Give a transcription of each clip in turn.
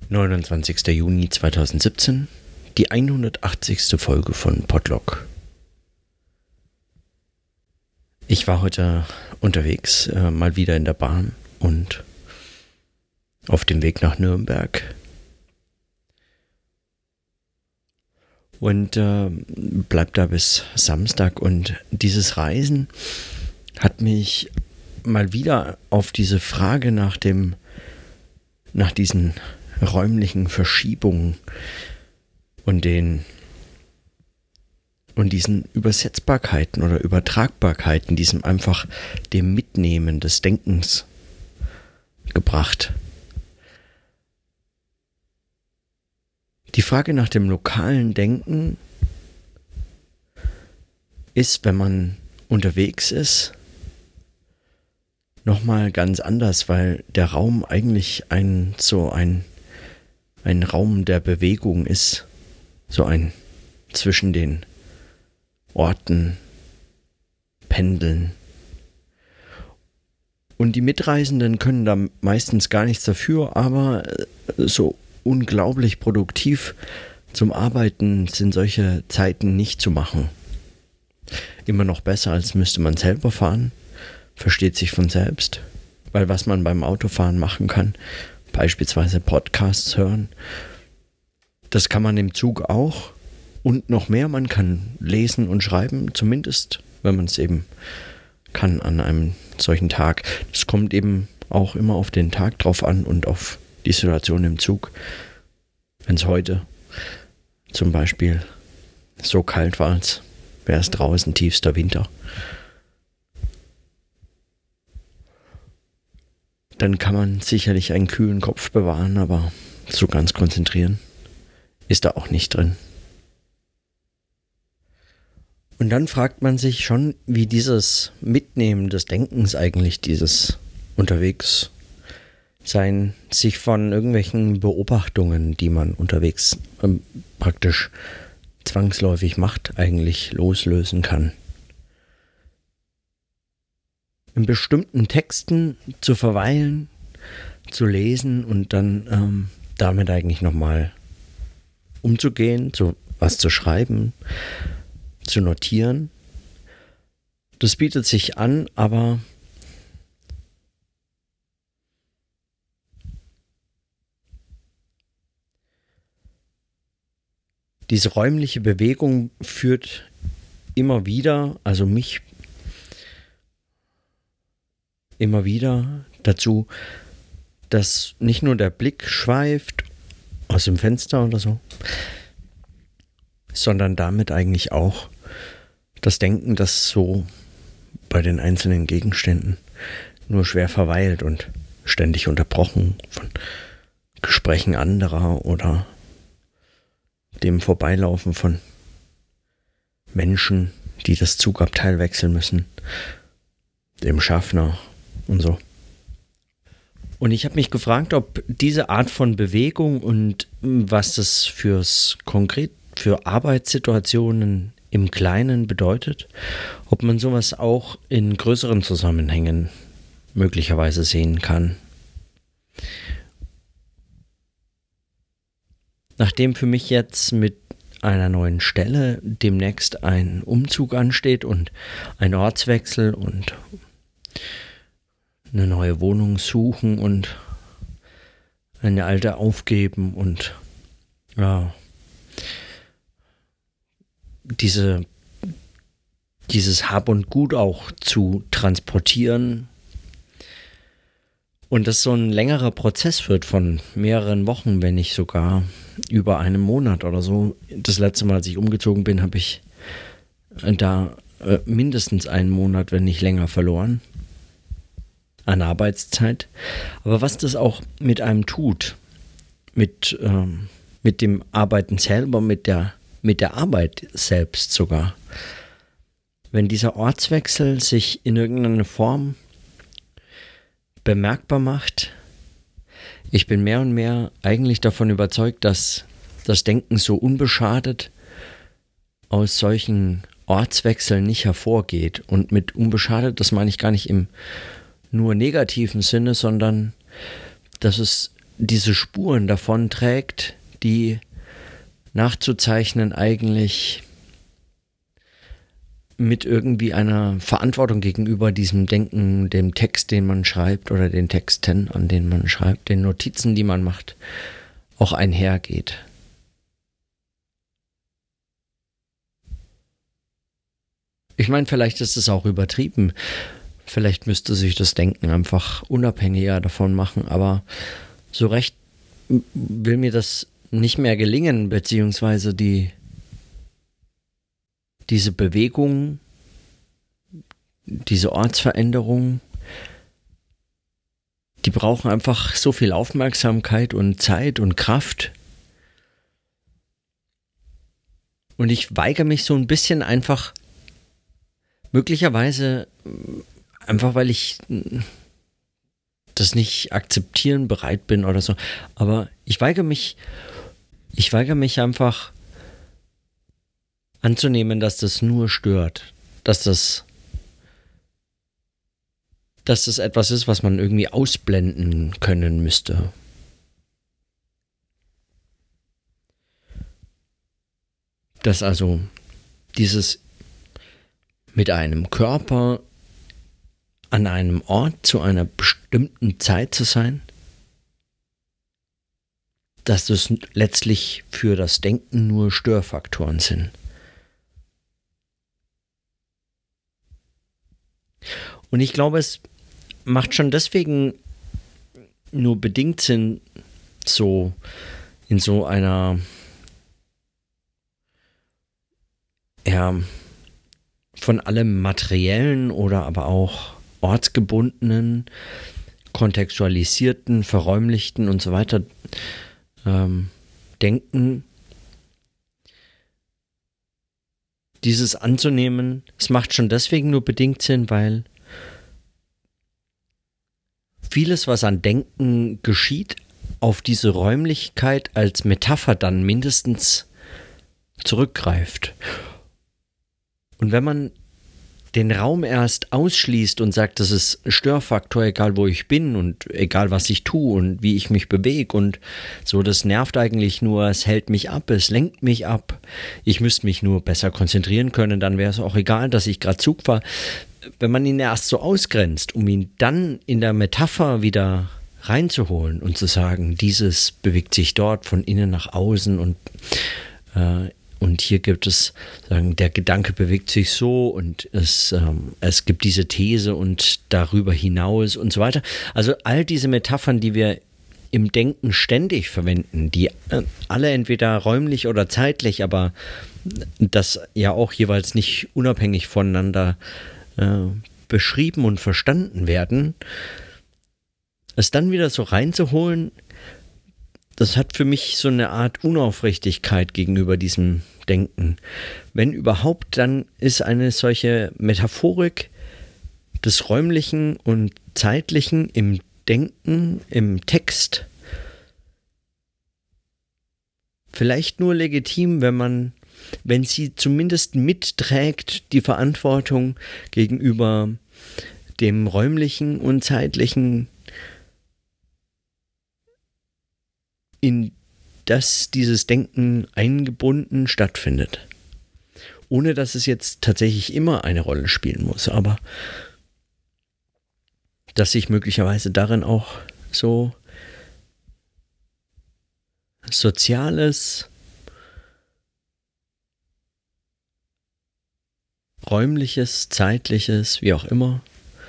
29. Juni 2017, die 180. Folge von Podlog. Ich war heute unterwegs, mal wieder in der Bahn und auf dem Weg nach Nürnberg. Und bleib da bis Samstag. Und dieses Reisen hat mich mal wieder auf diese Frage nach diesen räumlichen Verschiebungen und diesen Übersetzbarkeiten oder Übertragbarkeiten, diesem einfach dem Mitnehmen des Denkens gebracht. Die Frage nach dem lokalen Denken ist, wenn man unterwegs ist, nochmal ganz anders, weil der Raum eigentlich ein Raum der Bewegung ist, so ein zwischen den Orten pendeln. Und die Mitreisenden können da meistens gar nichts dafür, aber so unglaublich produktiv zum Arbeiten sind solche Zeiten nicht zu machen. Immer noch besser, als müsste man selber fahren, versteht sich von selbst, weil was man beim Autofahren machen kann, beispielsweise Podcasts hören, das kann man im Zug auch und noch mehr, man kann lesen und schreiben, zumindest wenn man es eben kann an einem solchen Tag. Das kommt eben auch immer auf den Tag drauf an und auf die Situation im Zug. Wenn es heute zum Beispiel so kalt war, als wäre es draußen tiefster Winter, dann kann man sicherlich einen kühlen Kopf bewahren, aber so ganz konzentrieren ist da auch nicht drin. Und dann fragt man sich schon, wie dieses Mitnehmen des Denkens eigentlich, dieses Unterwegssein, sich von irgendwelchen Beobachtungen, die man unterwegs praktisch zwangsläufig macht, eigentlich loslösen kann. In bestimmten Texten zu verweilen, zu lesen und dann damit eigentlich nochmal umzugehen, was zu schreiben, zu notieren. Das bietet sich an, aber diese räumliche Bewegung führt immer wieder, also mich immer wieder dazu, dass nicht nur der Blick schweift aus dem Fenster oder so, sondern damit eigentlich auch das Denken, das so bei den einzelnen Gegenständen nur schwer verweilt und ständig unterbrochen von Gesprächen anderer oder dem Vorbeilaufen von Menschen, die das Zugabteil wechseln müssen, dem Schaffner und so. Und ich habe mich gefragt, ob diese Art von Bewegung und was das konkret für Arbeitssituationen im Kleinen bedeutet, ob man sowas auch in größeren Zusammenhängen möglicherweise sehen kann. Nachdem für mich jetzt mit einer neuen Stelle demnächst ein Umzug ansteht und ein Ortswechsel und eine neue Wohnung suchen und eine alte aufgeben und ja, dieses Hab und Gut auch zu transportieren und das so ein längerer Prozess wird von mehreren Wochen, wenn nicht sogar über einem Monat oder so. Das letzte Mal, als ich umgezogen bin, habe ich da mindestens einen Monat, wenn nicht länger, verloren an Arbeitszeit. Aber was das auch mit einem tut, mit dem Arbeiten selber, mit der Arbeit selbst sogar. Wenn dieser Ortswechsel sich in irgendeiner Form bemerkbar macht, ich bin mehr und mehr eigentlich davon überzeugt, dass das Denken so unbeschadet aus solchen Ortswechseln nicht hervorgeht. Und mit unbeschadet, das meine ich gar nicht im nur negativen Sinne, sondern dass es diese Spuren davon trägt, die nachzuzeichnen eigentlich mit irgendwie einer Verantwortung gegenüber diesem Denken, dem Text, den man schreibt oder den Texten, an denen man schreibt, den Notizen, die man macht, auch einhergeht. Ich meine, vielleicht ist es auch übertrieben. Vielleicht müsste sich das Denken einfach unabhängiger davon machen, aber so recht will mir das nicht mehr gelingen, beziehungsweise diese Bewegung, diese Ortsveränderung, die brauchen einfach so viel Aufmerksamkeit und Zeit und Kraft. Und ich weigere mich so ein bisschen einfach, möglicherweise einfach, weil ich das nicht akzeptieren bereit bin oder so, aber ich weigere mich einfach anzunehmen, dass das nur stört, dass das etwas ist, was man irgendwie ausblenden können müsste. Dass also dieses mit einem Körper an einem Ort zu einer bestimmten Zeit zu sein, dass das letztlich für das Denken nur Störfaktoren sind. Und ich glaube, es macht schon deswegen nur bedingt Sinn, so in so einer von allem materiellen oder aber auch ortsgebundenen, kontextualisierten, verräumlichten und so weiter Denken, dieses anzunehmen. Es macht schon deswegen nur bedingt Sinn, weil vieles, was an Denken geschieht, auf diese Räumlichkeit als Metapher dann mindestens zurückgreift. Und wenn man den Raum erst ausschließt und sagt, das ist ein Störfaktor, egal wo ich bin und egal was ich tue und wie ich mich bewege und so, das nervt eigentlich nur, es hält mich ab, es lenkt mich ab, ich müsste mich nur besser konzentrieren können, dann wäre es auch egal, dass ich gerade Zug fahre. Wenn man ihn erst so ausgrenzt, um ihn dann in der Metapher wieder reinzuholen und zu sagen, dieses bewegt sich dort von innen nach außen und hier gibt es, sagen, der Gedanke bewegt sich so und es gibt diese These und darüber hinaus und so weiter. Also all diese Metaphern, die wir im Denken ständig verwenden, die alle entweder räumlich oder zeitlich, aber das ja auch jeweils nicht unabhängig voneinander beschrieben und verstanden werden, es dann wieder so reinzuholen, das hat für mich so eine Art Unaufrichtigkeit gegenüber diesem Denken. Wenn überhaupt, dann ist eine solche Metaphorik des Räumlichen und Zeitlichen im Denken, im Text vielleicht nur legitim, wenn sie zumindest mitträgt die Verantwortung gegenüber dem Räumlichen und Zeitlichen, in das dieses Denken eingebunden stattfindet. Ohne dass es jetzt tatsächlich immer eine Rolle spielen muss, aber dass sich möglicherweise darin auch so soziales, räumliches, zeitliches, wie auch immer,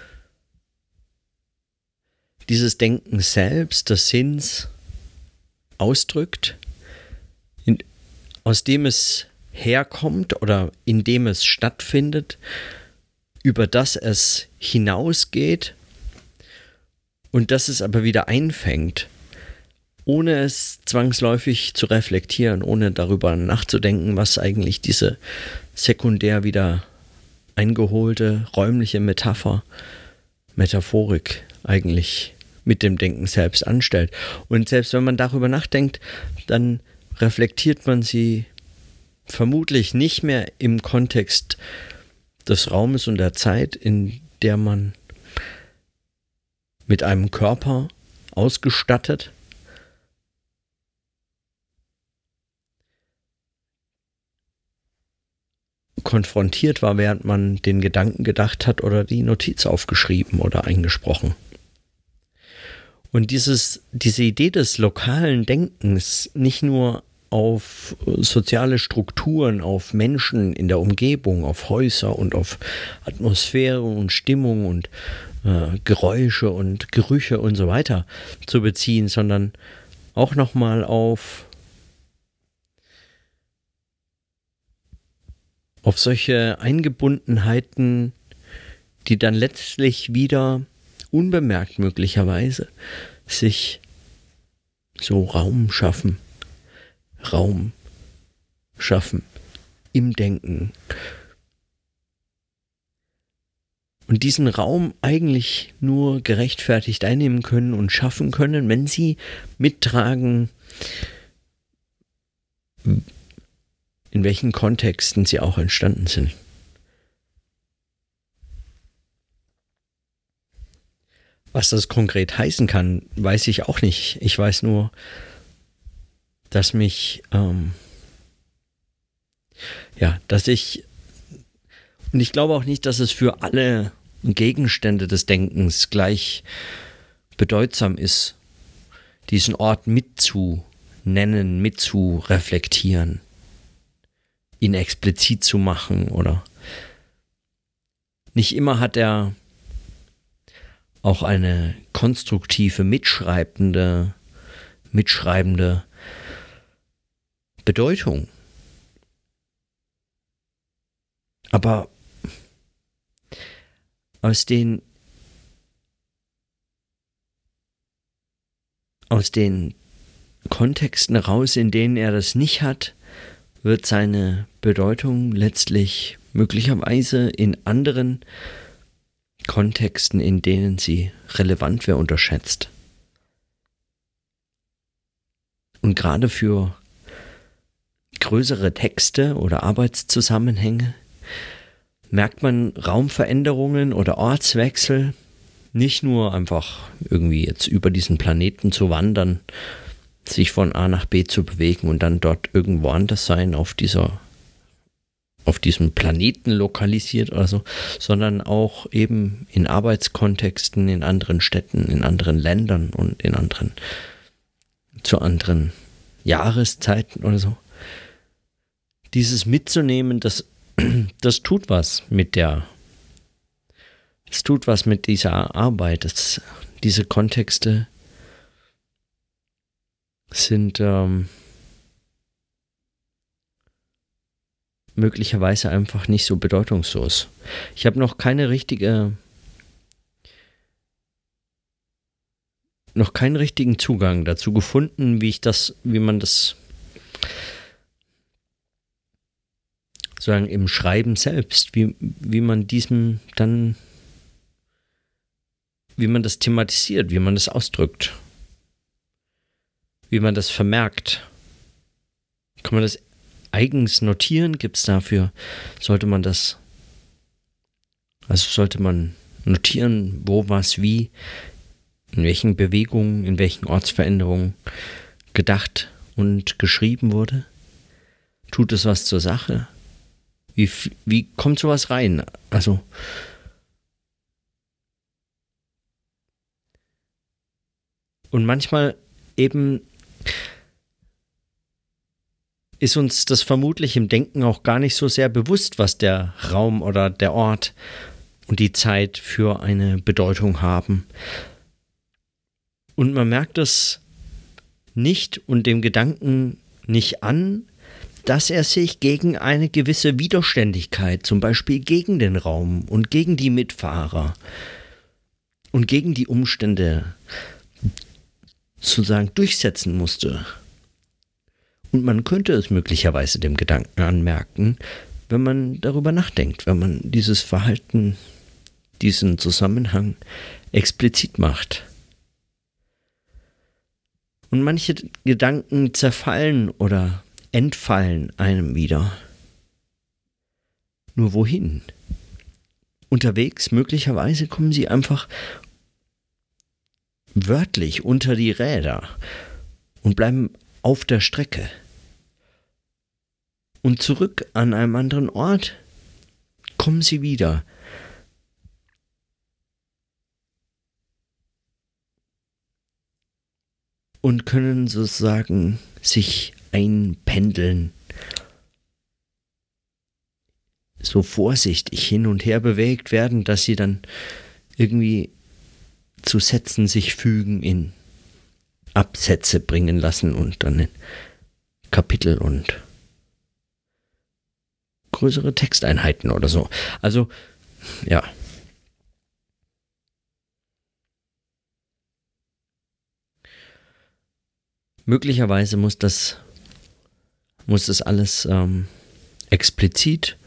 dieses Denken selbst, des Sinns, ausdrückt, aus dem es herkommt oder in dem es stattfindet, über das es hinausgeht und das es aber wieder einfängt, ohne es zwangsläufig zu reflektieren, ohne darüber nachzudenken, was eigentlich diese sekundär wieder eingeholte räumliche Metaphorik eigentlich mit dem Denken selbst anstellt. Und selbst wenn man darüber nachdenkt, dann reflektiert man sie vermutlich nicht mehr im Kontext des Raumes und der Zeit, in der man mit einem Körper ausgestattet konfrontiert war, während man den Gedanken gedacht hat oder die Notiz aufgeschrieben oder eingesprochen. Und diese Idee des lokalen Denkens nicht nur auf soziale Strukturen, auf Menschen in der Umgebung, auf Häuser und auf Atmosphäre und Stimmung und Geräusche und Gerüche und so weiter zu beziehen, sondern auch nochmal auf solche Eingebundenheiten, die dann letztlich wieder unbemerkt möglicherweise sich so Raum schaffen im Denken. Und diesen Raum eigentlich nur gerechtfertigt einnehmen können und schaffen können, wenn sie mittragen, in welchen Kontexten sie auch entstanden sind. Was das konkret heißen kann, weiß ich auch nicht. Ich weiß nur, dass und ich glaube auch nicht, dass es für alle Gegenstände des Denkens gleich bedeutsam ist, diesen Ort mitzunennen, mitzureflektieren, ihn explizit zu machen oder nicht immer hat er auch eine konstruktive, mitschreibende Bedeutung. Aber aus den Kontexten heraus, in denen er das nicht hat, wird seine Bedeutung letztlich möglicherweise in anderen Kontexten, in denen sie relevant wäre, unterschätzt. Und gerade für größere Texte oder Arbeitszusammenhänge merkt man Raumveränderungen oder Ortswechsel, nicht nur einfach irgendwie jetzt über diesen Planeten zu wandern, sich von A nach B zu bewegen und dann dort irgendwo anders sein, auf diesem Planeten lokalisiert oder so, sondern auch eben in Arbeitskontexten, in anderen Städten, in anderen Ländern und zu anderen Jahreszeiten oder so. Dieses mitzunehmen, das tut was mit dieser Arbeit. Diese Kontexte sind möglicherweise einfach nicht so bedeutungslos. Ich habe noch keinen richtigen Zugang dazu gefunden, wie man das sozusagen im Schreiben selbst, wie man das thematisiert, wie man das ausdrückt, wie man das vermerkt. Kann man das eigens notieren? Gibt es dafür, sollte man notieren, wo, was, wie, in welchen Bewegungen, in welchen Ortsveränderungen gedacht und geschrieben wurde? Tut es was zur Sache? Wie kommt sowas rein? Also, und manchmal eben ist uns das vermutlich im Denken auch gar nicht so sehr bewusst, was der Raum oder der Ort und die Zeit für eine Bedeutung haben. Und man merkt es nicht und dem Gedanken nicht an, dass er sich gegen eine gewisse Widerständigkeit, zum Beispiel gegen den Raum und gegen die Mitfahrer und gegen die Umstände sozusagen durchsetzen musste. Und man könnte es möglicherweise dem Gedanken anmerken, wenn man darüber nachdenkt, wenn man dieses Verhalten, diesen Zusammenhang explizit macht. Und manche Gedanken zerfallen oder entfallen einem wieder. Nur wohin? Unterwegs möglicherweise kommen sie einfach wörtlich unter die Räder und bleiben auf der Strecke. Und zurück an einem anderen Ort kommen sie wieder. Und können sozusagen sich einpendeln. So vorsichtig hin und her bewegt werden, dass sie dann irgendwie zu Sätzen sich fügen, in Absätze bringen lassen und dann in Kapitel und größere Texteinheiten oder so. Also, ja. Möglicherweise muss das alles explizit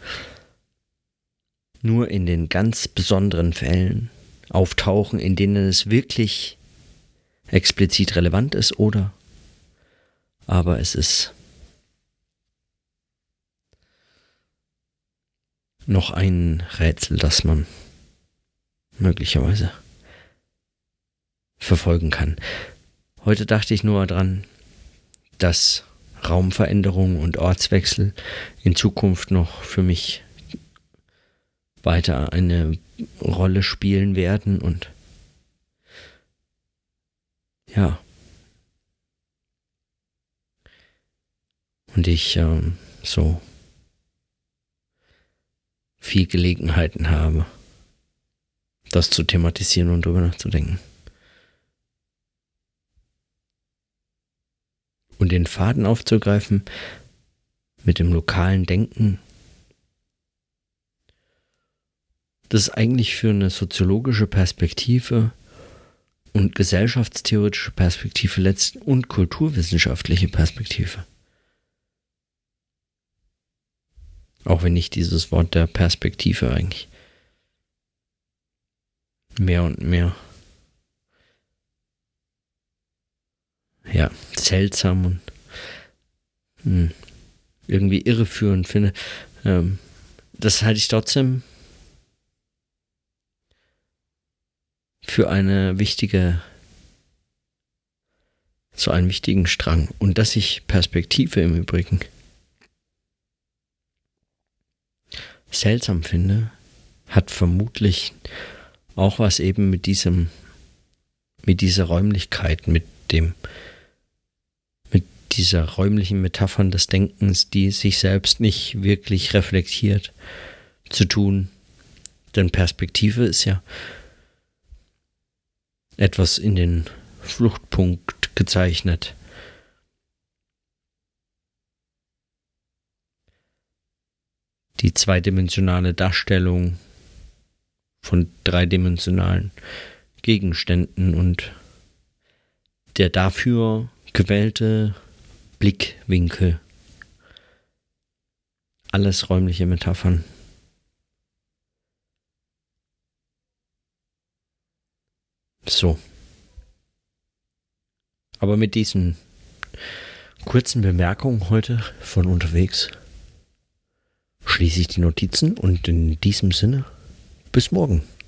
nur in den ganz besonderen Fällen auftauchen, in denen es wirklich explizit relevant ist, oder aber es ist noch ein Rätsel, das man möglicherweise verfolgen kann. Heute dachte ich nur daran, dass Raumveränderung und Ortswechsel in Zukunft noch für mich weiter eine Rolle spielen werden und ja. Und ich so viel Gelegenheiten habe, das zu thematisieren und drüber nachzudenken. Und den Faden aufzugreifen mit dem lokalen Denken, das ist eigentlich für eine soziologische Perspektive und gesellschaftstheoretische Perspektive und kulturwissenschaftliche Perspektive. Auch wenn ich dieses Wort der Perspektive eigentlich mehr und mehr seltsam und irgendwie irreführend finde. Das halte ich trotzdem für einen wichtigen Strang. Und dass ich Perspektive im Übrigen seltsam finde, hat vermutlich auch was eben mit dieser Räumlichkeit, mit dieser räumlichen Metaphern des Denkens, die sich selbst nicht wirklich reflektiert, zu tun. Denn Perspektive ist ja etwas in den Fluchtpunkt gezeichnet. Die zweidimensionale Darstellung von dreidimensionalen Gegenständen und der dafür gewählte Blickwinkel. Alles räumliche Metaphern. So. Aber mit diesen kurzen Bemerkungen heute von unterwegs schließe ich die Notizen und in diesem Sinne bis morgen.